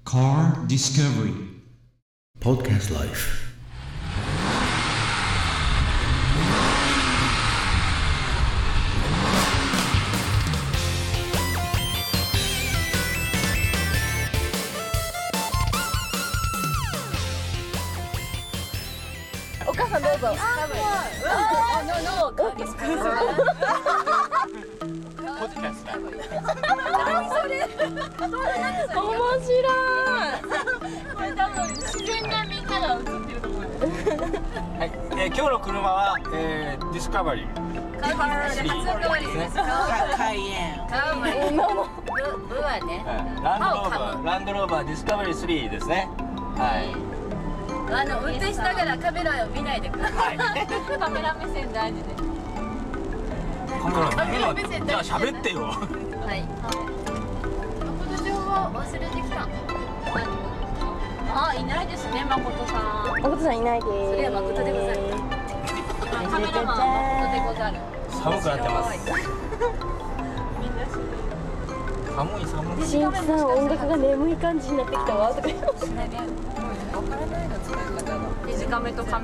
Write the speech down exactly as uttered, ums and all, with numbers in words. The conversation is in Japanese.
Car Discovery Podcast Life. お母さんどうぞ。 あー、ノー、ノー、ディスカバリー。 ポッドキャスト。 何それ。 面白い。 これ多分自然なみんなが映ってると思う。 はい、えー、今日の車は、えー、ディスカバリー。 カバーで初変わりです。 カイエン。 カバリー。ブブはね。 ランドローバー、ランドローバーディスカバリースリーですね。はい。 あの運転しながらカメラを見ないでください。 はい。 カメラ目線大事です。 カメラ目線。じゃあ喋ってよ。 はい。誠情報忘れてきた。あ、いないですね、誠さん。 誠さんいないです。 それは誠でござる。カメラマン誠でござる。 寒くなってます。寒い寒い。 しんいちさん、音楽が眠い感じになってきたわとか言って。 わからないの使い方が。短めとカメ